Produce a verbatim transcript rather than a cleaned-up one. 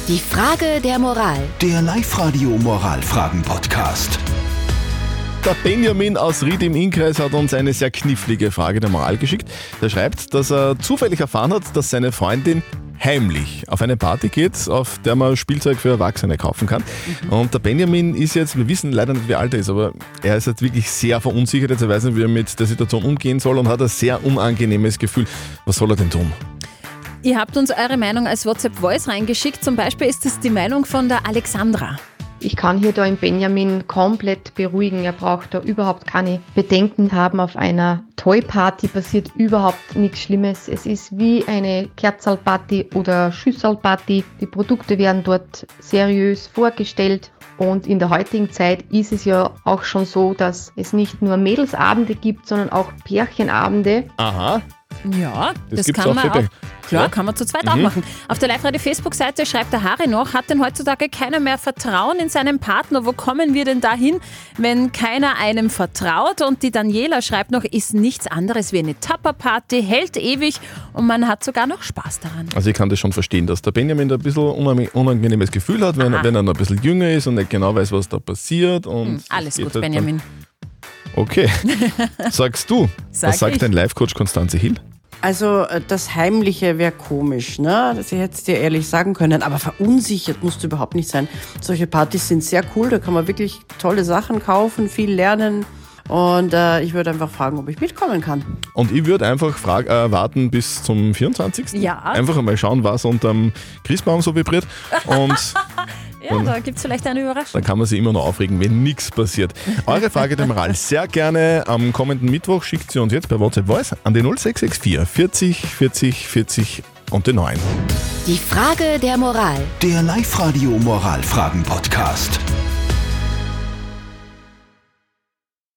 Die Frage der Moral. Der Live-Radio-Moralfragen-Podcast. Der Benjamin aus Ried im Innkreis hat uns eine sehr knifflige Frage der Moral geschickt. Der schreibt, dass er zufällig erfahren hat, dass seine Freundin heimlich auf eine Party geht, auf der man Spielzeug für Erwachsene kaufen kann. Mhm. Und der Benjamin ist jetzt, wir wissen leider nicht, wie alt er ist, aber er ist jetzt wirklich sehr verunsichert. Jetzt er weiß nicht, wie er mit der Situation umgehen soll und hat ein sehr unangenehmes Gefühl. Was soll er denn tun? Ihr habt uns eure Meinung als WhatsApp-Voice reingeschickt. Zum Beispiel ist es die Meinung von der Alexandra. Ich kann hier da den Benjamin komplett beruhigen. Er braucht da überhaupt keine Bedenken haben. Auf einer Toy-Party passiert überhaupt nichts Schlimmes. Es ist wie eine Kerzalparty oder Schüsselparty. Die Produkte werden dort seriös vorgestellt. Und in der heutigen Zeit ist es ja auch schon so, dass es nicht nur Mädelsabende gibt, sondern auch Pärchenabende. Aha. Ja, Das das, gibt's kann auch man für auch, Pärchen. klar, Ja. kann man zu zweit Mhm. auch machen. Auf der Live-Radio-Facebook-Seite schreibt der Harry noch, hat denn heutzutage keiner mehr Vertrauen in seinen Partner? Wo kommen wir denn dahin, wenn keiner einem vertraut? Und die Daniela schreibt noch, ist nichts anderes wie eine Tupper-Party, hält ewig und man hat sogar noch Spaß daran. Also ich kann das schon verstehen, dass der Benjamin da ein bisschen unange- unangenehmes Gefühl hat, wenn, Aha. wenn er noch ein bisschen jünger ist und nicht genau weiß, was da passiert. Und Hm, alles geht gut, halt Benjamin. Dann. Okay. Sagst du, Sag was sagt ich. dein Live-Coach Konstanze Hill? Also äh, das Heimliche wäre komisch, ne? Das hätte ich dir ehrlich sagen können. Aber verunsichert musst du überhaupt nicht sein. Solche Partys sind sehr cool, da kann man wirklich tolle Sachen kaufen, viel lernen. Und äh, ich würde einfach fragen, ob ich mitkommen kann. Und ich würde einfach frag, äh, warten bis zum vierundzwanzigsten Ja. Einfach einmal schauen, was unterm Christbaum so vibriert. Und Ja, da gibt es vielleicht eine Überraschung. dann kann man sich immer noch aufregen, wenn nichts passiert. Eure Frage der Moral sehr gerne am kommenden Mittwoch. Schickt sie uns jetzt per WhatsApp Voice an die null sechs sechs vier vierzig vierzig vierzig und die neun. Die Frage der Moral. Der Live-Radio-Moralfragen-Podcast.